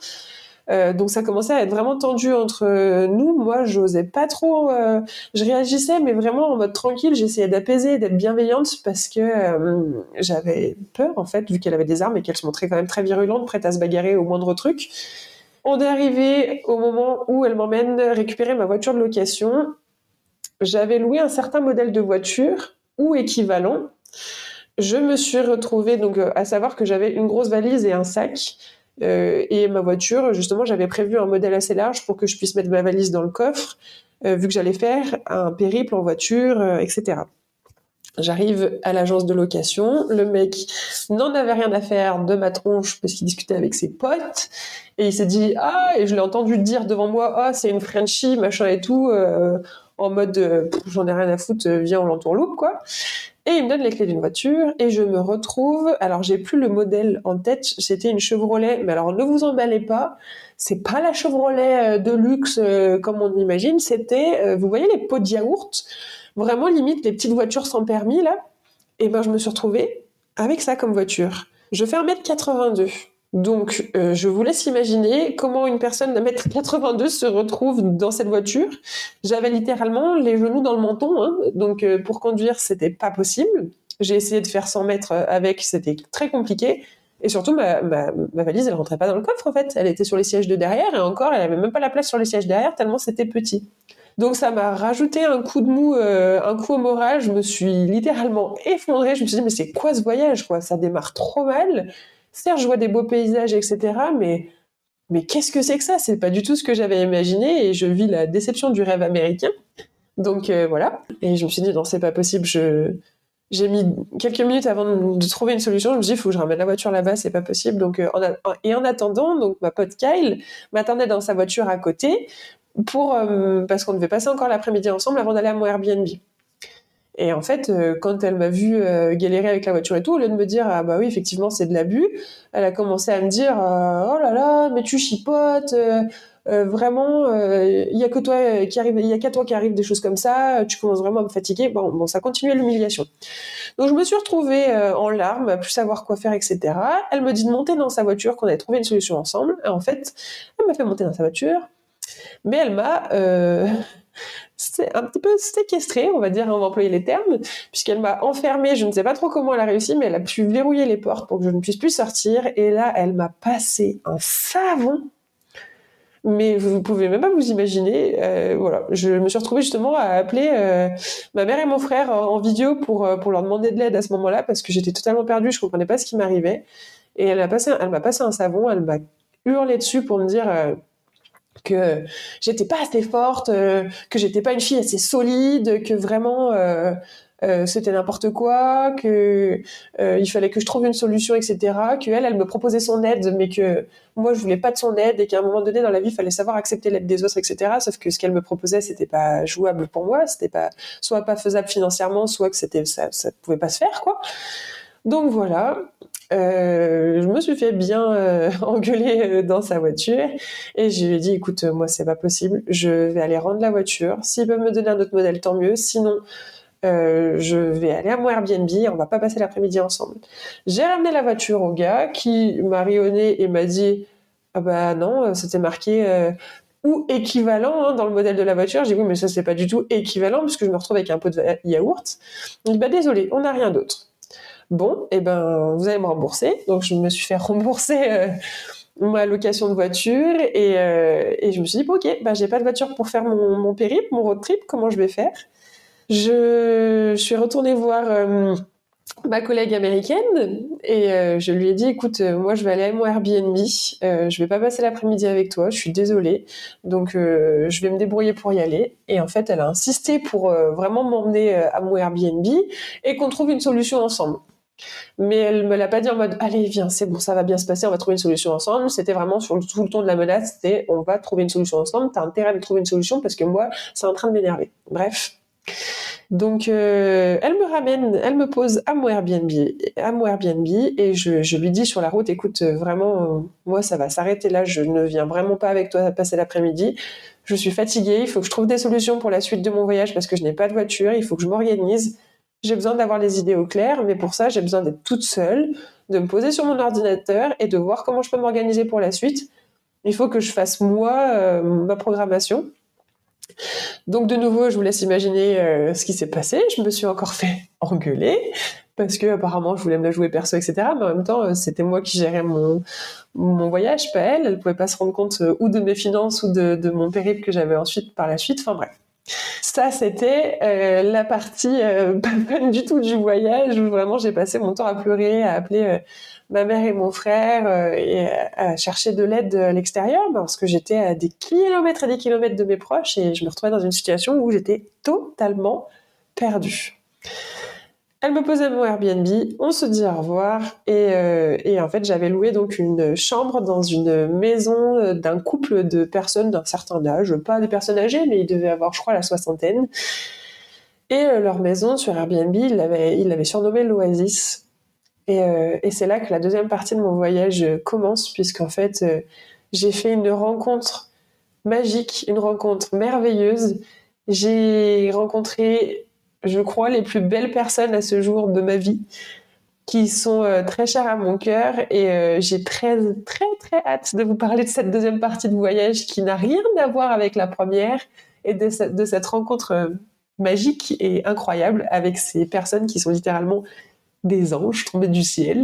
Donc ça commençait à être vraiment tendu entre nous. Moi, j'osais pas trop. Je réagissais, mais vraiment en mode tranquille. J'essayais d'apaiser, d'être bienveillante parce que j'avais peur, en fait, vu qu'elle avait des armes et qu'elle se montrait quand même très virulente, prête à se bagarrer au moindre truc. On est arrivé au moment où elle m'emmène récupérer ma voiture de location. J'avais loué un certain modèle de voiture ou équivalent. Je me suis retrouvée, donc, à savoir que j'avais une grosse valise et un sac. Et ma voiture, justement, j'avais prévu un modèle assez large pour que je puisse mettre ma valise dans le coffre, vu que j'allais faire un périple en voiture, etc. J'arrive à l'agence de location, le mec n'en avait rien à faire de ma tronche parce qu'il discutait avec ses potes, et il s'est dit « Ah !» et je l'ai entendu dire devant moi « Ah, c'est une Frenchie, machin et tout », en mode j'en ai rien à foutre, viens on l'entourloupe, quoi. Et il me donne les clés d'une voiture et je me retrouve, alors j'ai plus le modèle en tête, c'était une Chevrolet, mais alors ne vous emballez pas, c'est pas la Chevrolet de luxe comme on imagine, c'était, vous voyez les pots de yaourt, vraiment limite les petites voitures sans permis là, et ben je me suis retrouvée avec ça comme voiture. Je fais 1m82. Donc, je vous laisse imaginer comment une personne de 1m82 se retrouve dans cette voiture. J'avais littéralement les genoux dans le menton, hein, donc pour conduire, c'était pas possible. J'ai essayé de faire 100 mètres avec, c'était très compliqué. Et surtout, ma valise, elle rentrait pas dans le coffre, en fait. Elle était sur les sièges de derrière, et encore, elle avait même pas la place sur les sièges derrière, tellement c'était petit. Donc ça m'a rajouté un coup de mou, un coup au moral. Je me suis littéralement effondrée. Je me suis dit, mais c'est quoi ce voyage, quoi? Ça démarre trop mal. Certes, je vois des beaux paysages, etc., mais qu'est-ce que c'est que ça? C'est pas du tout ce que j'avais imaginé et je vis la déception du rêve américain. Donc voilà. Et je me suis dit, non, c'est pas possible. J'ai mis quelques minutes avant de trouver une solution. Je me suis dit, il faut que je ramène la voiture là-bas, c'est pas possible. Donc, en attendant, donc, ma pote Kyle m'attendait dans sa voiture à côté parce qu'on devait passer encore l'après-midi ensemble avant d'aller à mon Airbnb. Et en fait, quand elle m'a vu galérer avec la voiture et tout, au lieu de me dire « Ah bah oui, effectivement, c'est de l'abus », elle a commencé à me dire « Oh là là, mais tu chipotes, vraiment, il y a que toi qui arrive, il y a qu'à toi qui arrive des choses comme ça, tu commences vraiment à me fatiguer. » Bon, ça continuait l'humiliation. Donc je me suis retrouvée en larmes, à plus savoir quoi faire, etc. Elle me dit de monter dans sa voiture, qu'on avait trouvé une solution ensemble. Et en fait, elle m'a fait monter dans sa voiture, mais elle m'a... c'est un petit peu séquestrée, on va dire, on va employer les termes, puisqu'elle m'a enfermée, je ne sais pas trop comment elle a réussi, mais elle a pu verrouiller les portes pour que je ne puisse plus sortir, et là, elle m'a passé un savon, mais vous pouvez même pas vous imaginer, voilà, je me suis retrouvée justement à appeler ma mère et mon frère en vidéo pour leur demander de l'aide à ce moment-là, parce que j'étais totalement perdue, je comprenais pas ce qui m'arrivait, et elle m'a passé un savon, elle m'a hurlé dessus pour me dire... que j'étais pas assez forte, que j'étais pas une fille assez solide, que vraiment c'était n'importe quoi, que il fallait que je trouve une solution, etc. Que elle me proposait son aide, mais que moi je voulais pas de son aide et qu'à un moment donné dans la vie il fallait savoir accepter l'aide des autres, etc. Sauf que ce qu'elle me proposait c'était pas jouable pour moi, c'était pas soit pas faisable financièrement, soit que ça pouvait pas se faire, quoi. Donc voilà, je me suis fait bien engueuler dans sa voiture et je lui ai dit écoute, moi c'est pas possible, je vais aller rendre la voiture, s'ils peuvent me donner un autre modèle tant mieux, sinon je vais aller à mon Airbnb, on va pas passer l'après-midi ensemble. J'ai ramené la voiture au gars qui m'a ri au nez et m'a dit ah bah non, c'était marqué ou équivalent dans le modèle de la voiture. J'ai dit oui mais ça c'est pas du tout équivalent puisque je me retrouve avec un pot de yaourt. Il dit bah désolé, on n'a rien d'autre. Bon, et ben, vous allez me rembourser. Donc, je me suis fait rembourser ma location de voiture et je me suis dit, bon, ok, ben, j'ai pas de voiture pour faire mon périple, mon road trip, comment je vais faire? Je suis retournée voir ma collègue américaine et je lui ai dit écoute, moi je vais aller à mon Airbnb, je vais pas passer l'après-midi avec toi, je suis désolée, donc je vais me débrouiller pour y aller. Et en fait elle a insisté pour vraiment m'emmener à mon Airbnb et qu'on trouve une solution ensemble. Mais elle me l'a pas dit en mode allez viens, c'est bon, ça va bien se passer, on va trouver une solution ensemble. C'était vraiment sur tout le ton de la menace, c'était on va trouver une solution ensemble, t'as intérêt à trouver une solution parce que moi c'est en train de m'énerver. Bref. Donc elle me pose à mon Airbnb et je lui dis sur la route écoute vraiment moi ça va s'arrêter là, je ne viens vraiment pas avec toi passer l'après-midi. Je suis fatiguée, il faut que je trouve des solutions pour la suite de mon voyage parce que je n'ai pas de voiture, il faut que je m'organise. J'ai besoin d'avoir les idées au clair, mais pour ça, j'ai besoin d'être toute seule, de me poser sur mon ordinateur et de voir comment je peux m'organiser pour la suite. Il faut que je fasse, moi, ma programmation. Donc, de nouveau, je vous laisse imaginer ce qui s'est passé. Je me suis encore fait engueuler parce que apparemment, je voulais me la jouer perso, etc. Mais en même temps, c'était moi qui gérais mon voyage, pas elle. Elle pouvait pas se rendre compte ou de mes finances ou de mon périple que j'avais ensuite par la suite. Enfin bref. Ça, c'était la partie pas du tout du voyage où vraiment j'ai passé mon temps à pleurer, à appeler ma mère et mon frère et à chercher de l'aide à l'extérieur parce que j'étais à des kilomètres et des kilomètres de mes proches et je me retrouvais dans une situation où j'étais totalement perdue. Elle me posait mon Airbnb, on se dit au revoir et en fait j'avais loué donc une chambre dans une maison d'un couple de personnes d'un certain âge, pas des personnes âgées mais ils devaient avoir je crois la soixantaine et leur maison sur Airbnb ils l'avaient surnommée l'Oasis et c'est là que la deuxième partie de mon voyage commence puisqu'en fait j'ai fait une rencontre magique, une rencontre merveilleuse. J'ai rencontré je crois, les plus belles personnes à ce jour de ma vie, qui sont très chères à mon cœur. Et j'ai très, très, très hâte de vous parler de cette deuxième partie de voyage qui n'a rien à voir avec la première et de cette rencontre magique et incroyable avec ces personnes qui sont littéralement des anges tombés du ciel.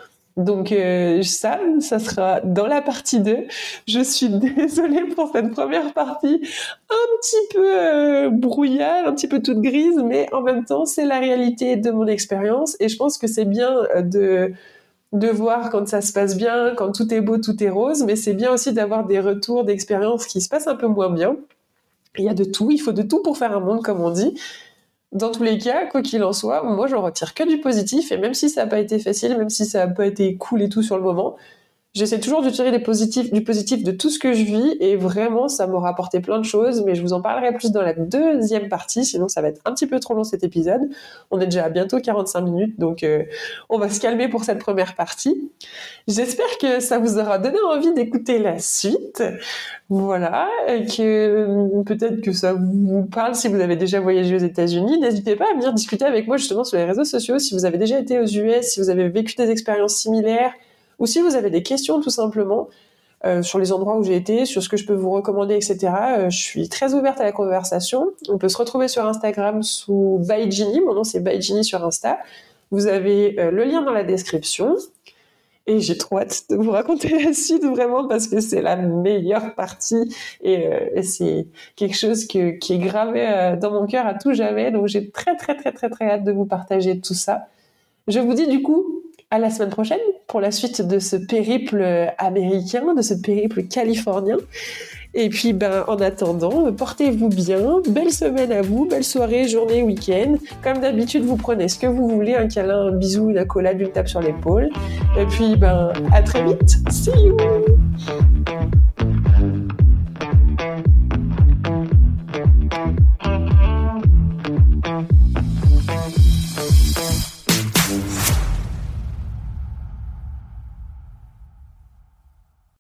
Donc ça sera dans la partie 2. Je suis désolée pour cette première partie un petit peu brouillard, un petit peu toute grise, mais en même temps, c'est la réalité de mon expérience et je pense que c'est bien de voir quand ça se passe bien, quand tout est beau, tout est rose, mais c'est bien aussi d'avoir des retours d'expérience qui se passent un peu moins bien. Il y a de tout, il faut de tout pour faire un monde, comme on dit. Dans tous les cas, quoi qu'il en soit, moi je retire que du positif et même si ça n'a pas été facile, même si ça n'a pas été cool et tout sur le moment, j'essaie toujours de tirer du positif de tout ce que je vis et vraiment ça m'aura apporté plein de choses, mais je vous en parlerai plus dans la deuxième partie, sinon ça va être un petit peu trop long cet épisode. On est déjà à bientôt 45 minutes, donc on va se calmer pour cette première partie. J'espère que ça vous aura donné envie d'écouter la suite. Voilà, et que peut-être que ça vous parle si vous avez déjà voyagé aux États-Unis. N'hésitez pas à venir discuter avec moi justement sur les réseaux sociaux si vous avez déjà été aux US, si vous avez vécu des expériences similaires ou si vous avez des questions tout simplement sur les endroits où j'ai été, sur ce que je peux vous recommander, etc. Je suis très ouverte à la conversation. On peut se retrouver sur Instagram sous By Ginny. Mon nom c'est By Ginny sur Insta. Vous avez le lien dans la description. Et j'ai trop hâte de vous raconter la suite vraiment parce que c'est la meilleure partie et c'est quelque chose qui est gravé dans mon cœur à tout jamais. Donc j'ai très très très très très hâte de vous partager tout ça. Je vous dis du coup à la semaine prochaine pour la suite de ce périple américain, de ce périple californien. Et puis, en attendant, portez-vous bien, belle semaine à vous, belle soirée, journée, week-end. Comme d'habitude, vous prenez ce que vous voulez, un câlin, un bisou, une accolade, une tape sur l'épaule. Et puis, à très vite. See you!